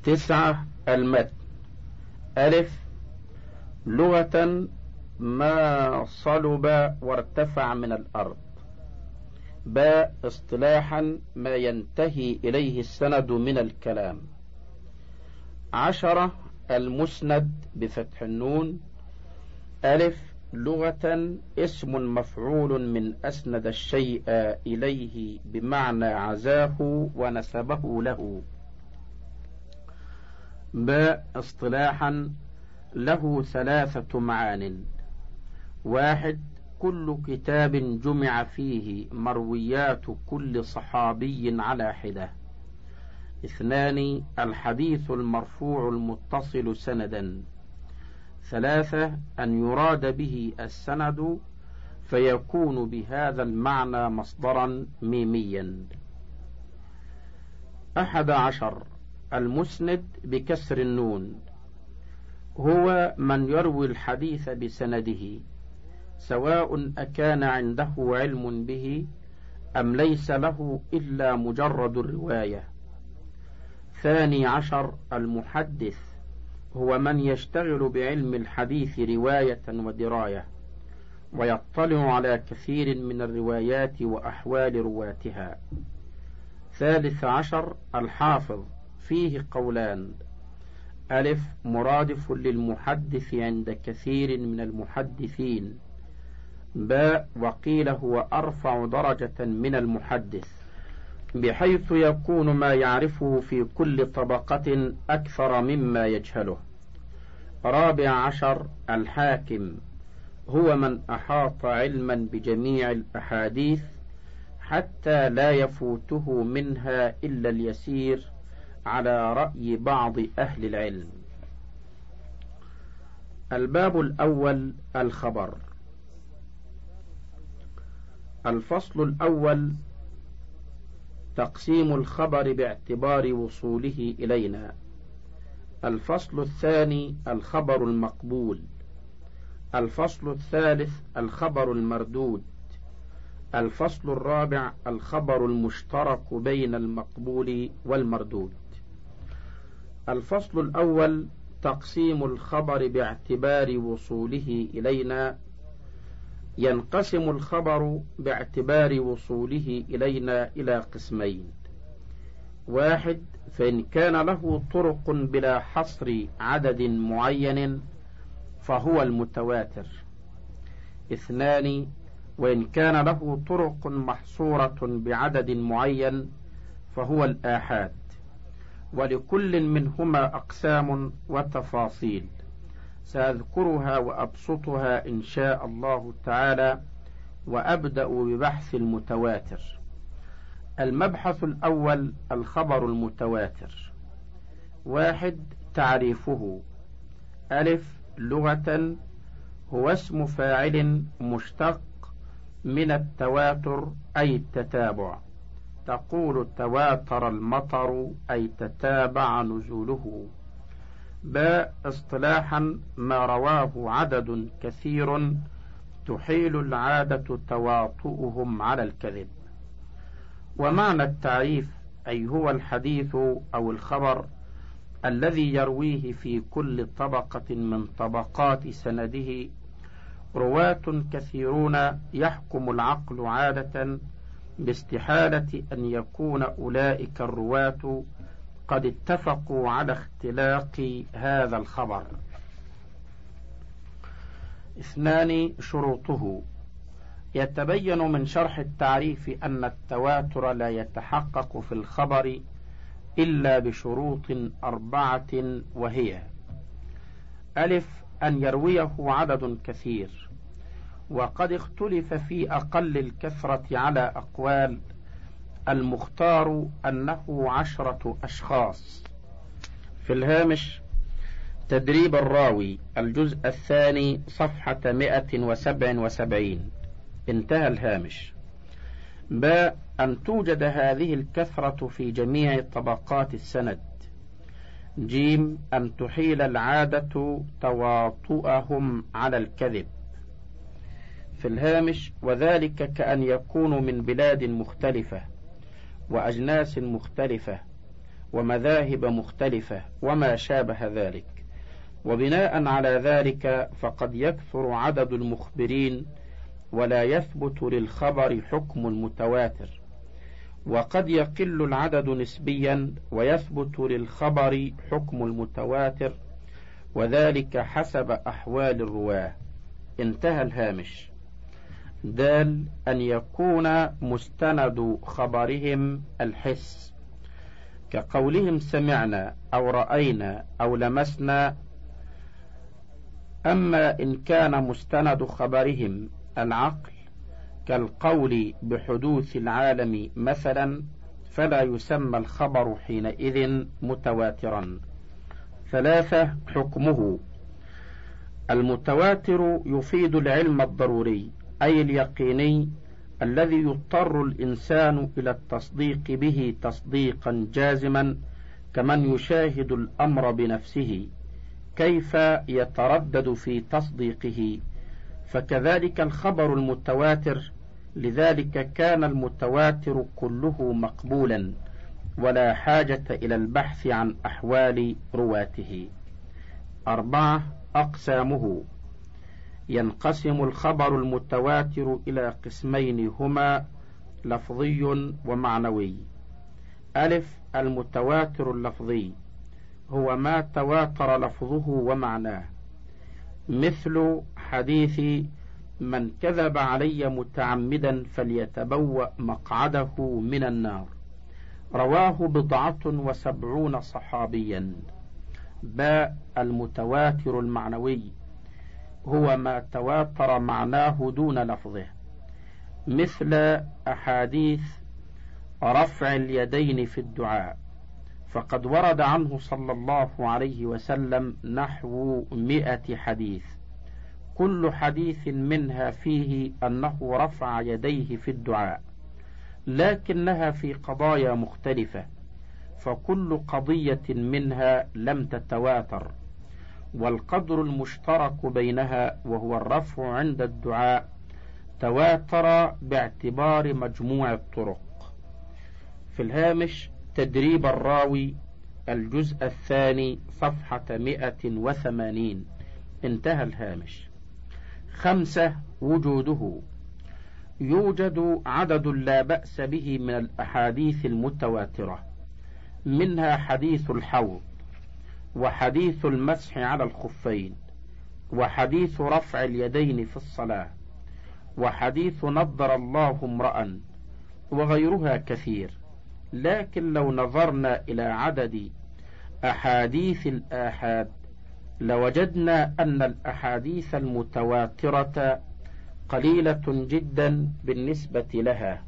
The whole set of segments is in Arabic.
9. المتن. ألف لغة ما صلب وارتفع من الأرض. باء اصطلاحا ما ينتهي إليه السند من الكلام. 10. المسند بفتح النون. ألف لغة اسم مفعول من أسند الشيء إليه بمعنى عزاه ونسبه له. باء اصطلاحا له 3 معان. 1. كل كتاب جمع فيه مرويات كل صحابي على حدة. 2. الحديث المرفوع المتصل سندا. 3. أن يراد به السند فيكون بهذا المعنى مصدرا ميميا. 11. المسند بكسر النون هو من يروي الحديث بسنده سواء أكان عنده علم به أم ليس له إلا مجرد الرواية. 12. المحدث هو من يشتغل بعلم الحديث رواية ودراية ويطلع على كثير من الروايات وأحوال رواتها. 13. الحافظ فيه قولان. ألف مرادف للمحدث عند كثير من المحدثين. باء وقيل هو أرفع درجة من المحدث بحيث يكون ما يعرفه في كل طبقة أكثر مما يجهله. 14. الحاكم هو من أحاط علما بجميع الأحاديث حتى لا يفوته منها إلا اليسير على رأي بعض أهل العلم. الباب الأول. الخبر. الفصل الأول تقسيم الخبر باعتبار وصوله إلينا. الفصل الثاني الخبر المقبول. الفصل الثالث الخبر المردود. الفصل الرابع الخبر المشترك بين المقبول والمردود. الفصل الأول تقسيم الخبر باعتبار وصوله إلينا. ينقسم الخبر باعتبار وصوله إلينا إلى قسمين. 1. فإن كان له طرق بلا حصر عدد معين فهو المتواتر. 2. وإن كان له طرق محصورة بعدد معين فهو الآحاد. ولكل منهما أقسام وتفاصيل سأذكرها وأبسطها إن شاء الله تعالى، وأبدأ ببحث المتواتر. المبحث الأول الخبر المتواتر. 1. تعريفه. ألف لغة هو اسم فاعل مشتق من التواتر أي التتابع. تقول تواتر المطر أي تتابع نزوله. باء اصطلاحا ما رواه عدد كثير تحيل العادة تواطؤهم على الكذب. ومعنى التعريف أي هو الحديث أو الخبر الذي يرويه في كل طبقة من طبقات سنده رواة كثيرون يحكم العقل عادة باستحالة أن يكون أولئك الرواة قد اتفقوا على اختلاق هذا الخبر. 2. شروطه. يتبين من شرح التعريف أن التواتر لا يتحقق في الخبر إلا بشروط 4 وهي: ألف أن يرويه عدد كثير، وقد اختلف في أقل الكثرة على أقوال، المختار أنه 10 أشخاص. في الهامش تدريب الراوي الجزء الثاني صفحة 177. انتهى الهامش. باء أن توجد هذه الكثرة في جميع طبقات السند. جيم أن تحيل العادة تواطؤهم على الكذب. في الهامش وذلك كأن يكونوا من بلاد مختلفة وأجناس مختلفة ومذاهب مختلفة وما شابه ذلك. وبناء على ذلك فقد يكثر عدد المخبرين ولا يثبت للخبر حكم المتواتر، وقد يقل العدد نسبيا ويثبت للخبر حكم المتواتر، وذلك حسب أحوال الرواه. انتهى الهامش. دال أن يكون مستند خبرهم الحس، كقولهم سمعنا أو رأينا أو لمسنا. أما إن كان مستند خبرهم العقل كالقول بحدوث العالم مثلا فلا يسمى الخبر حينئذ متواترا. 3. حكمه. المتواتر يفيد العلم الضروري أي اليقيني الذي يضطر الإنسان إلى التصديق به تصديقا جازما، كمن يشاهد الأمر بنفسه كيف يتردد في تصديقه، فكذلك الخبر المتواتر. لذلك كان المتواتر كله مقبولا ولا حاجة إلى البحث عن أحوال رواته. 4. أقسامه. ينقسم الخبر المتواتر إلى قسمين هما لفظي ومعنوي. ألف. المتواتر اللفظي هو ما تواتر لفظه ومعناه، مثل حديث من كذب علي متعمدا فليتبوأ مقعده من النار، رواه 70 صحابيا. باء. المتواتر المعنوي هو ما تواتر معناه دون لفظه، مثل أحاديث رفع اليدين في الدعاء، فقد ورد عنه صلى الله عليه وسلم نحو 100 حديث، كل حديث منها فيه أنه رفع يديه في الدعاء، لكنها في قضايا مختلفة، فكل قضية منها لم تتواتر، والقدر المشترك بينها وهو الرفع عند الدعاء تواتر باعتبار مجموع الطرق. في الهامش تدريب الراوي الجزء الثاني صفحة 180. انتهى الهامش. 5. وجوده. يوجد عدد لا بأس به من الأحاديث المتواترة، منها حديث الحوض، وحديث المسح على الخفين، وحديث رفع اليدين في الصلاة، وحديث نضر الله امرأ، وغيرها كثير. لكن لو نظرنا إلى عدد أحاديث الآحاد لوجدنا أن الأحاديث المتواترة قليلة جدا بالنسبة لها.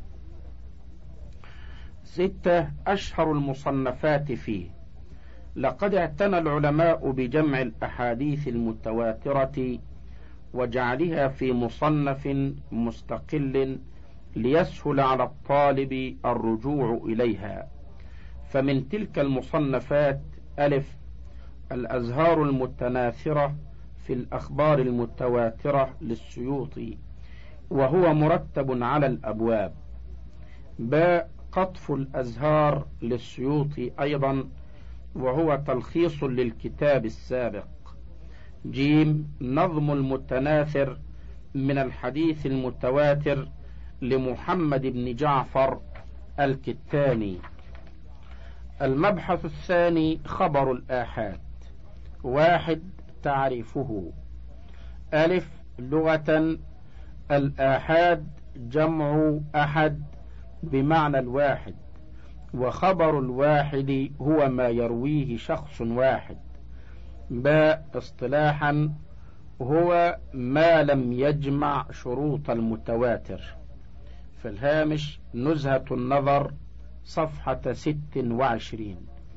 6. أشهر المصنفات فيه. لقد اعتنى العلماء بجمع الأحاديث المتواترة وجعلها في مصنف مستقل ليسهل على الطالب الرجوع إليها. فمن تلك المصنفات: ألف. الأزهار المتناثرة في الأخبار المتواترة للسيوطي، وهو مرتب على الأبواب. باء. قطف الأزهار للسيوطي أيضا، وهو تلخيص للكتاب السابق. جيم. نظم المتناثر من الحديث المتواتر لمحمد بن جعفر الكتاني. المبحث الثاني خبر الآحاد. 1. تعريفه. ألف. لغة: الآحاد جمع أحد بمعنى الواحد، وخبر الواحد هو ما يرويه شخص واحد. باء. اصطلاحا: هو ما لم يجمع شروط المتواتر. في الهامش نزهة النظر صفحة 26.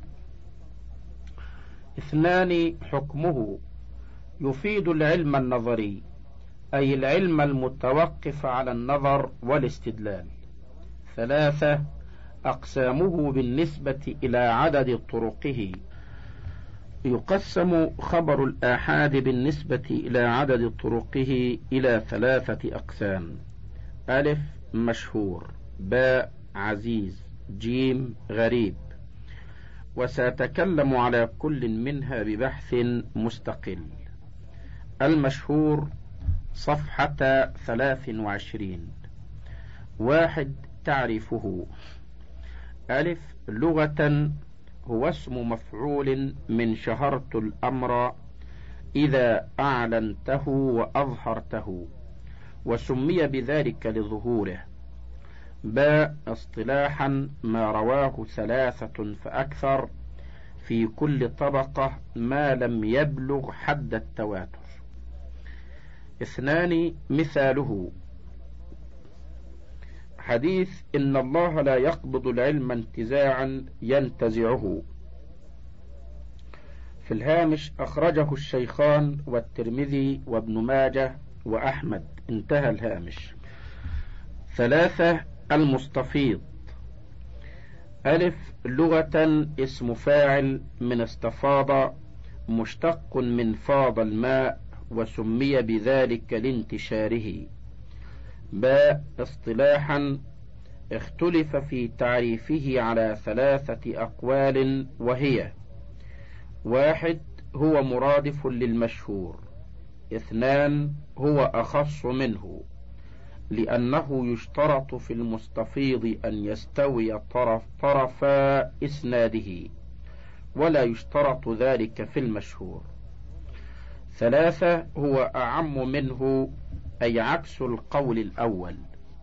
2. حكمه. يفيد العلم النظري أي العلم المتوقف على النظر والاستدلال. 3. أقسامه بالنسبة إلى عدد طرقه. يقسم خبر الآحاد بالنسبة إلى عدد طرقه إلى 3 أقسام: ألف. مشهور، باء. عزيز، جيم. غريب. وسأتكلم على كل منها ببحث مستقل. المشهور صفحة 23. 1. تعريفه. ألف. لغة هو اسم مفعول من شهرت الأمر إذا أعلنته وأظهرته، وسمي بذلك لظهوره. باء. اصطلاحا ما رواه 3 فأكثر في كل طبقة ما لم يبلغ حد التواتر. 2. مثاله. حديث إن الله لا يقبض العلم انتزاعا ينتزعه. في الهامش أخرجه الشيخان والترمذي وابن ماجه وأحمد. انتهى الهامش. 3. المستفيض. ألف. لغة اسم فاعل من استفاض، مشتق من فاض الماء، وسمي بذلك لانتشاره. باء. اصطلاحا اختلف في تعريفه على 3 أقوال، وهي: 1. هو مرادف للمشهور. 2. هو أخص منه، لأنه يشترط في المستفيض أن يستوي طرفا إسناده، ولا يشترط ذلك في المشهور. 3. هو أعم منه، أي عكس القول الأول.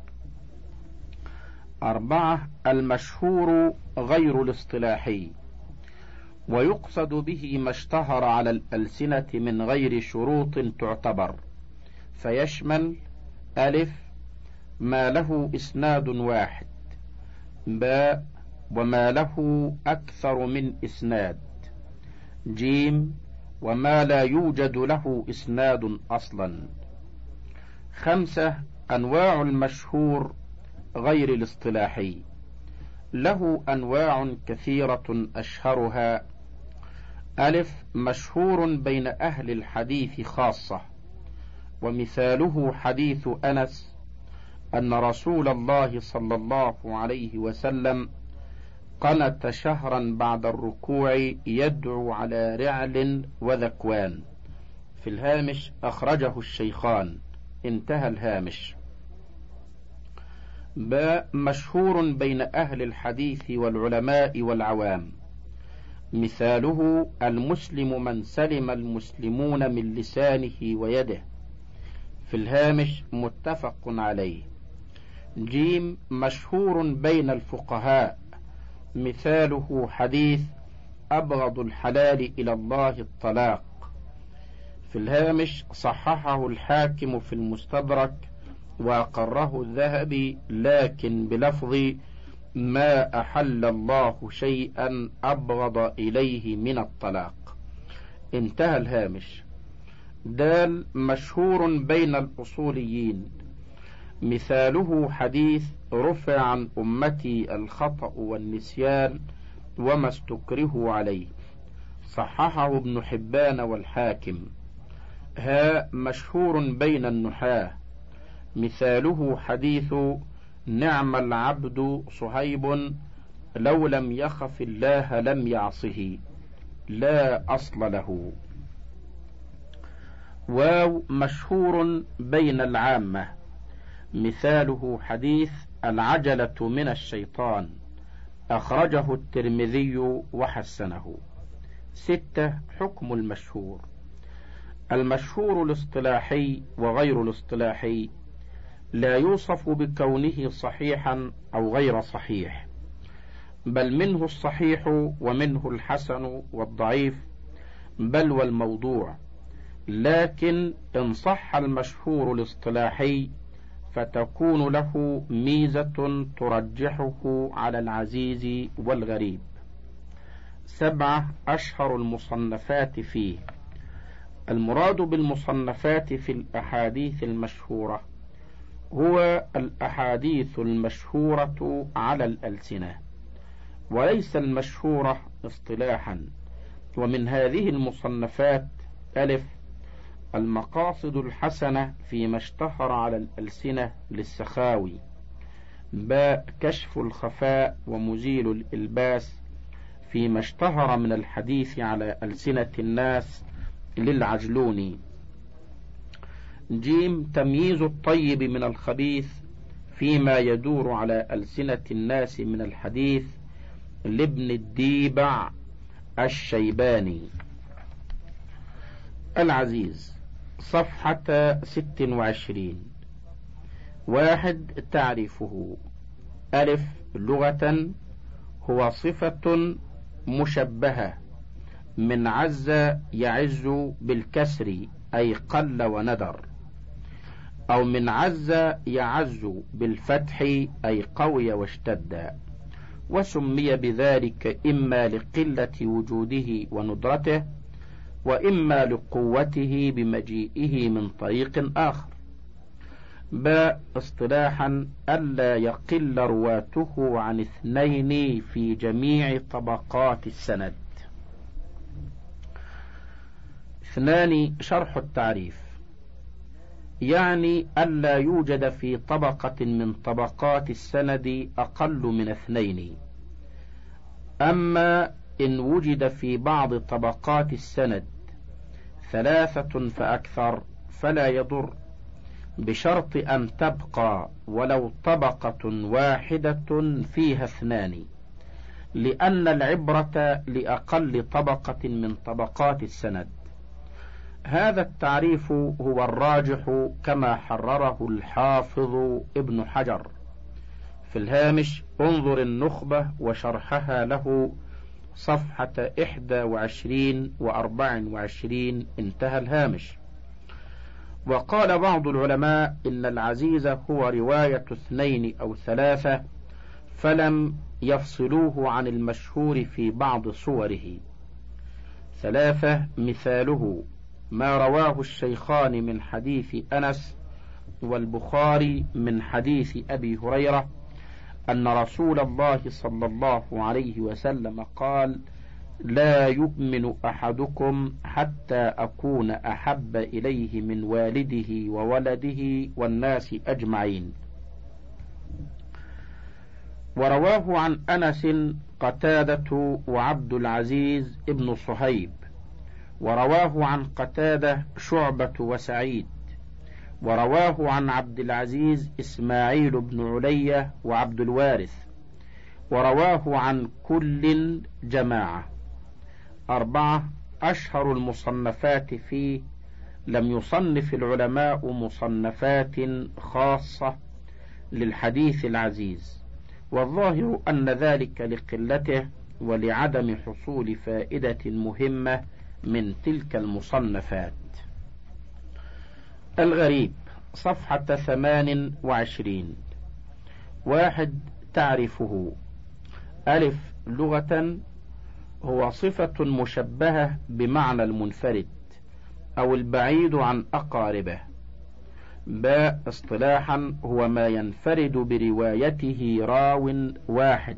4. المشهور غير الاصطلاحي، ويقصد به ما اشتهر على الألسنة من غير شروط تعتبر، فيشمل: ألف. ما له إسناد واحد. باء. وما له أكثر من إسناد. جيم. وما لا يوجد له إسناد أصلا. 5. أنواع المشهور غير الاصطلاحي، له أنواع كثيرة أشهرها: ألف. مشهور بين أهل الحديث خاصة، ومثاله حديث أنس أن رسول الله صلى الله عليه وسلم قنت شهرا بعد الركوع يدعو على رعل وذكوان. في الهامش أخرجه الشيخان. انتهى الهامش. باء. مشهور بين أهل الحديث والعلماء والعوام، مثاله المسلم من سلم المسلمون من لسانه ويده. في الهامش متفق عليه. جيم. مشهور بين الفقهاء، مثاله حديث أبغض الحلال إلى الله الطلاق. في الهامش صححه الحاكم في المستدرك وأقره الذهبي، لكن بلفظ ما أحل الله شيئا أبغض إليه من الطلاق. انتهى الهامش. دال. مشهور بين الأصوليين، مثاله حديث رفع عن أمتي الخطأ والنسيان وما استكرهوا عليه، صححه ابن حبان والحاكم. ها. مشهور بين النحاة، مثاله حديث نعم العبد صهيب لو لم يخف الله لم يعصه، لا أصل له. واو. مشهور بين العامة، مثاله حديث العجلة من الشيطان، أخرجه الترمذي وحسنه. 6. حكم المشهور. المشهور الاصطلاحي وغير الاصطلاحي لا يوصف بكونه صحيحا أو غير صحيح، بل منه الصحيح ومنه الحسن والضعيف، بل والموضوع. لكن إن صح المشهور الاصطلاحي فتكون له ميزة ترجحه على العزيز والغريب. 7. أشهر المصنفات فيه. المراد بالمصنفات في الأحاديث المشهورة هو الأحاديث المشهورة على الألسنة، وليس المشهورة اصطلاحا. ومن هذه المصنفات: ألف. المقاصد الحسنة فيما اشتهر على الألسنة للسخاوي. باء. كشف الخفاء ومزيل الإلباس فيما اشتهر من الحديث على ألسنة الناس للعجلوني. جيم تمييز الطيب من الخبيث فيما يدور على ألسنة الناس من الحديث لابن الديبع الشيباني. العزيز صفحة 26. 1. تعريفه. ألف لغة هو صفة مشبهة من عز يعز بالكسر أي قل وندر، أو من عز يعز بالفتح أي قوي واشتد، وسمي بذلك إما لقلة وجوده وندرته، وإما لقوته بمجيئه من طريق آخر. باء اصطلاحا ألا يقل رواته عن 2 في جميع طبقات السند. 2. شرح التعريف، يعني ألا يوجد في طبقة من طبقات السند أقل من 2. أما إن وجد في بعض طبقات السند 3 فأكثر فلا يضر، بشرط أن تبقى ولو طبقة واحدة فيها 2، لأن العبرة لأقل طبقة من طبقات السند. هذا التعريف هو الراجح كما حرره الحافظ ابن حجر في الهامش. انظر النخبة وشرحها له صفحة 21 و24، انتهى الهامش. وقال بعض العلماء إن العزيز هو رواية 2 أو 3، فلم يفصلوه عن المشهور في بعض صوره. 3. مثاله ما رواه الشيخان من حديث أنس والبخاري من حديث أبي هريرة أن رسول الله صلى الله عليه وسلم قال: لا يؤمن أحدكم حتى أكون أحب إليه من والده وولده والناس أجمعين. ورواه عن أنس قتادة وعبد العزيز ابن صهيب، ورواه عن قتادة شعبة وسعيد، ورواه عن عبد العزيز إسماعيل بن علية وعبد الوارث، ورواه عن كل جماعة. 4. أشهر المصنفات فيه لم يصنف العلماء مصنفات خاصة للحديث العزيز، والظاهر أن ذلك لقلته ولعدم حصول فائدة مهمة من تلك المصنفات. الغريب صفحة 28. 1. تعرفه. ألف لغة هو صفة مشبهة بمعنى المنفرد أو البعيد عن أقاربه. باء اصطلاحا هو ما ينفرد بروايته راو واحد.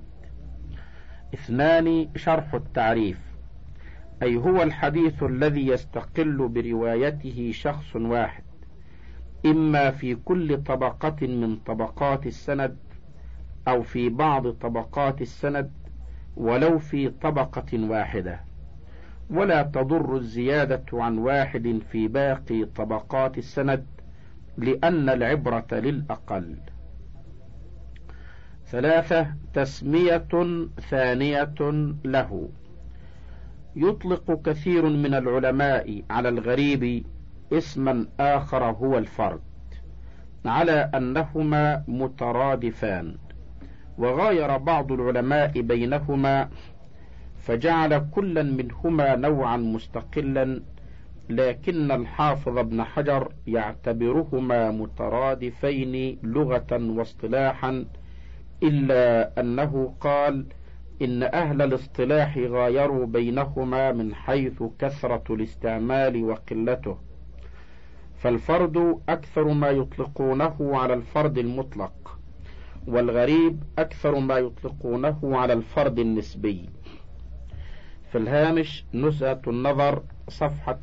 2. شرح التعريف، أي هو الحديث الذي يستقل بروايته شخص واحد، إما في كل طبقة من طبقات السند أو في بعض طبقات السند ولو في طبقة واحدة، ولا تضر الزيادة عن 1 في باقي طبقات السند، لأن العبرة للأقل. 3. تسمية ثانية له. يطلق كثير من العلماء على الغريب اسما آخر هو الفرد، على أنهما مترادفان، وغاير بعض العلماء بينهما فجعل كلا منهما نوعا مستقلا، لكن الحافظ ابن حجر يعتبرهما مترادفين لغة واصطلاحا، إلا أنه قال إن أهل الاصطلاح غايروا بينهما من حيث كثرة الاستعمال وقلته، فالفرد أكثر ما يطلقونه على الفرد المطلق، والغريب أكثر ما يطلقونه على الفرد النسبي. في الهامش نزهة النظر صفحة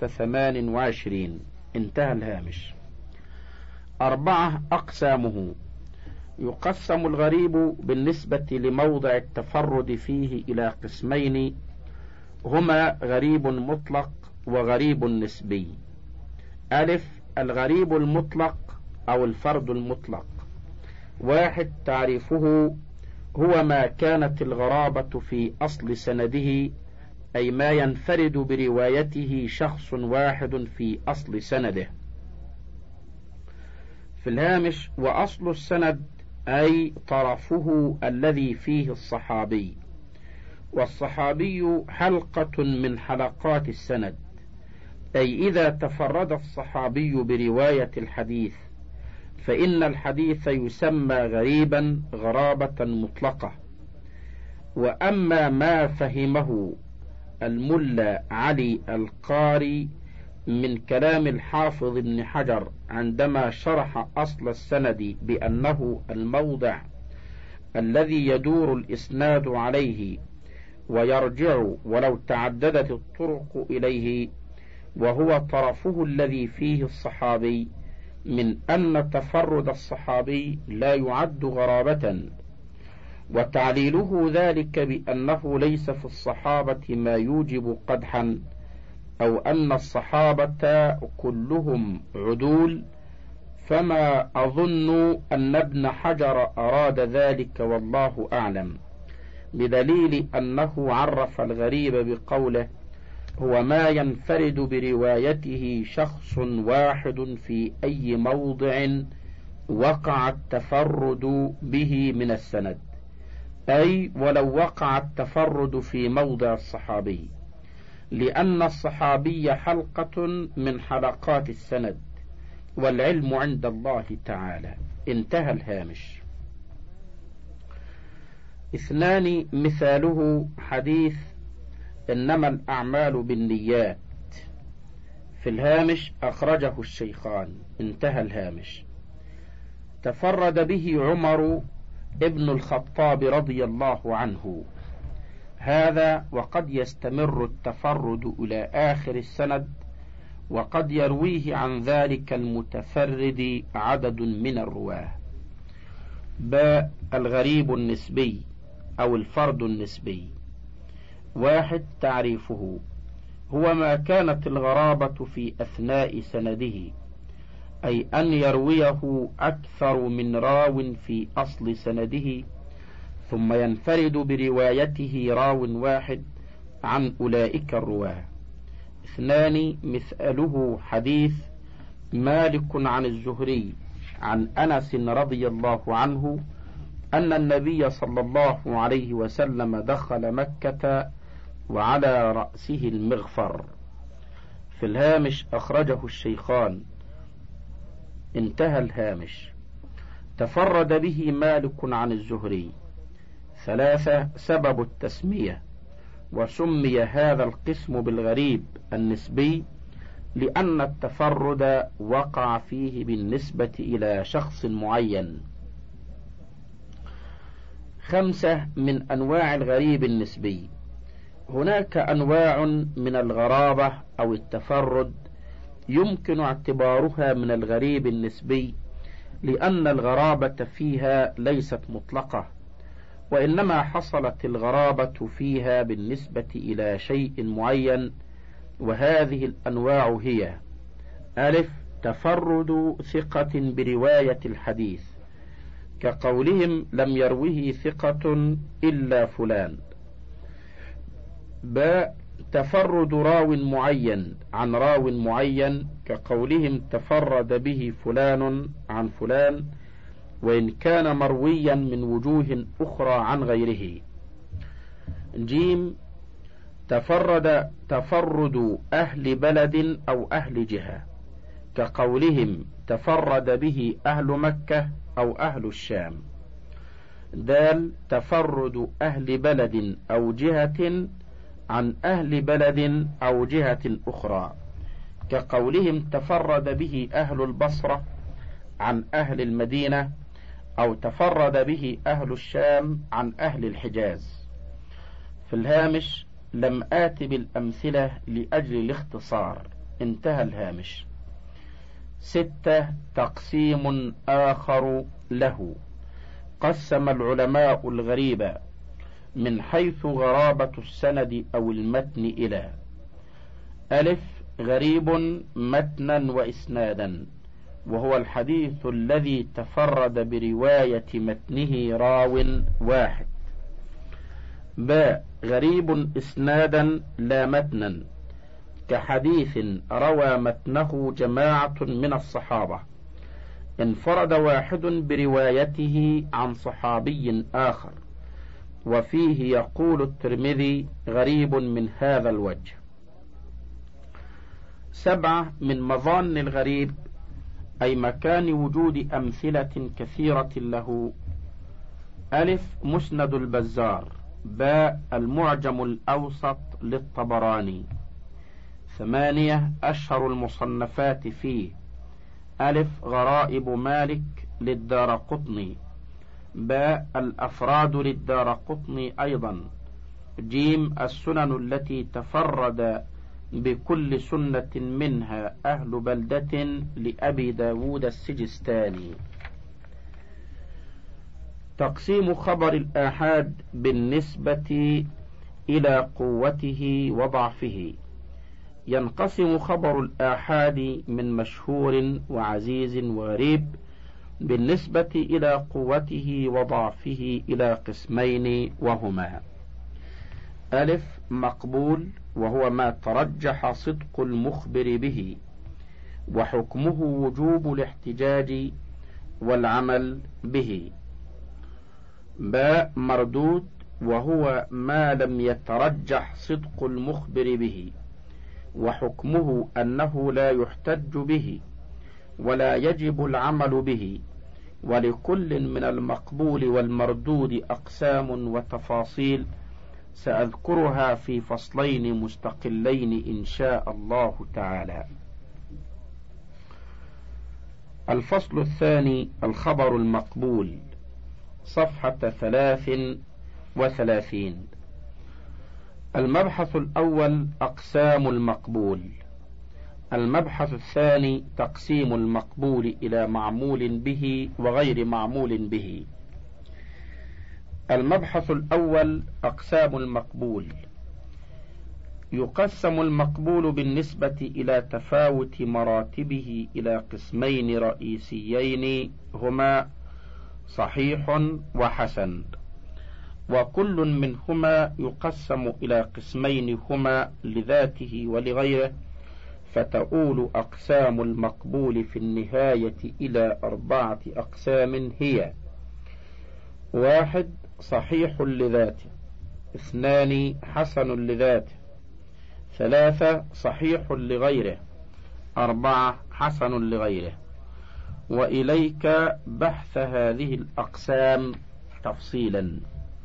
28، انتهى الهامش. 4. أقسامه. يقسم الغريب بالنسبة لموضع التفرد فيه إلى قسمين، هما غريب مطلق وغريب نسبي. ألف: الغريب المطلق أو الفرد المطلق. 1. تعريفه: هو ما كانت الغرابة في أصل سنده، أي ما ينفرد بروايته شخص واحد في أصل سنده. في الهامش: وأصل السند أي طرفه الذي فيه الصحابي، والصحابي حلقة من حلقات السند، أي إذا تفرد الصحابي برواية الحديث فإن الحديث يسمى غريبا غرابة مطلقة. وأما ما فهمه الملا علي القاري من كلام الحافظ ابن حجر عندما شرح أصل السند بأنه الموضع الذي يدور الإسناد عليه ويرجع ولو تعددت الطرق إليه، وهو طرفه الذي فيه الصحابي، من أن تفرد الصحابي لا يعد غرابة، وتعليله ذلك بأنه ليس في الصحابة ما يوجب قدحا، أو أن الصحابة كلهم عدول، فما أظن أن ابن حجر أراد ذلك والله أعلم، بدليل أنه عرف الغريب بقوله: هو ما ينفرد بروايته شخص واحد في أي موضع وقع التفرد به من السند، أي ولو وقع التفرد في موضع الصحابي، لأن الصحابي حلقة من حلقات السند، والعلم عند الله تعالى. انتهى الهامش. 2. مثاله حديث إنما الأعمال بالنيات. في الهامش: أخرجه الشيخان. انتهى الهامش. تفرد به عمر ابن الخطاب رضي الله عنه. هذا وقد يستمر التفرد إلى آخر السند، وقد يرويه عن ذلك المتفرد عدد من الرواه. باء: الغريب النسبي أو الفرد النسبي. 1. تعريفه: هو ما كانت الغرابة في أثناء سنده، أي أن يرويه أكثر من راو في أصل سنده، ثم ينفرد بروايته راو واحد عن أولئك الرواه. 2. مثاله حديث مالك عن الزهري عن أنس رضي الله عنه أن النبي صلى الله عليه وسلم دخل مكة وعلى رأسه المغفر. في الهامش: أخرجه الشيخان. انتهى الهامش. تفرد به مالك عن الزهري. 3. سبب التسمية: وسمي هذا القسم بالغريب النسبي لأن التفرد وقع فيه بالنسبة إلى شخص معين. 5. من أنواع الغريب النسبي: هناك أنواع من الغرابة أو التفرد يمكن اعتبارها من الغريب النسبي، لأن الغرابة فيها ليست مطلقة، وإنما حصلت الغرابة فيها بالنسبة إلى شيء معين. وهذه الأنواع هي: 1. تفرد ثقة برواية الحديث، كقولهم لم يروه ثقة إلا فلان. ب. تفرد راو معين عن راو معين، كقولهم تفرد به فلان عن فلان، وإن كان مرويا من وجوه أخرى عن غيره. ج. تفرد أهل بلد أو أهل جهة، كقولهم تفرد به أهل مكة أو أهل الشام. د. تفرد أهل بلد أو جهة عن أهل بلد أو جهة أخرى، كقولهم تفرد به أهل البصرة عن أهل المدينة، أو تفرد به أهل الشام عن أهل الحجاز. في الهامش: لم آت بالأمثلة لأجل الاختصار. انتهى الهامش. 6. تقسيم آخر له: قسم العلماء الغريب من حيث غرابة السند أو المتن إلى: ألف غريب متنا وإسنادا، وهو الحديث الذي تفرد برواية متنه راو واحد. باء غريب إسنادا لا متنا، كحديث روى متنه جماعة من الصحابة انفرد واحد بروايته عن صحابي آخر، وفيه يقول الترمذي: غريب من هذا الوجه. 7 من مظان الغريب أي مكان وجود أمثلة كثيرة له: ألف مسند البزار، باء المعجم الأوسط للطبراني. 8 أشهر المصنفات فيه: ألف غرائب مالك للدارقطني، باء الأفراد للدارقطني أيضا، جيم السنن التي تفرد بكل سنة منها أهل بلدة لأبي داود السجستاني. تقسيم خبر الآحاد بالنسبة إلى قوته وضعفه: ينقسم خبر الآحاد من مشهور وعزيز وغريب بالنسبة إلى قوته وضعفه إلى قسمين، وهما: ألف مقبول، وهو ما ترجح صدق المخبر به وحكمه وجوب الاحتجاج والعمل به. باء مردود، وهو ما لم يترجح صدق المخبر به وحكمه أنه لا يحتج به ولا يجب العمل به، ولكل من المقبول والمردود أقسام وتفاصيل سأذكرها في فصلين مستقلين إن شاء الله تعالى. الفصل الثاني: الخبر المقبول، صفحة 33. المبحث الأول: أقسام المقبول. المبحث الثاني: تقسيم المقبول إلى معمول به وغير معمول به. المبحث الأول: أقسام المقبول. يقسم المقبول بالنسبة إلى تفاوت مراتبه إلى قسمين رئيسيين، هما صحيح وحسن، وكل منهما يقسم إلى قسمين هما لذاته ولغيره، فتؤول أقسام المقبول في النهاية إلى 4 أقسام هي: 1 صحيح لذاته، 2 حسن لذاته، 3 صحيح لغيره، 4 حسن لغيره. وإليك بحث هذه الأقسام تفصيلا.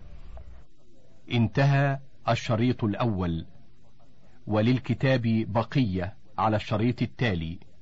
انتهى الشريط الأول، وللكتاب بقية على الشريط التالي.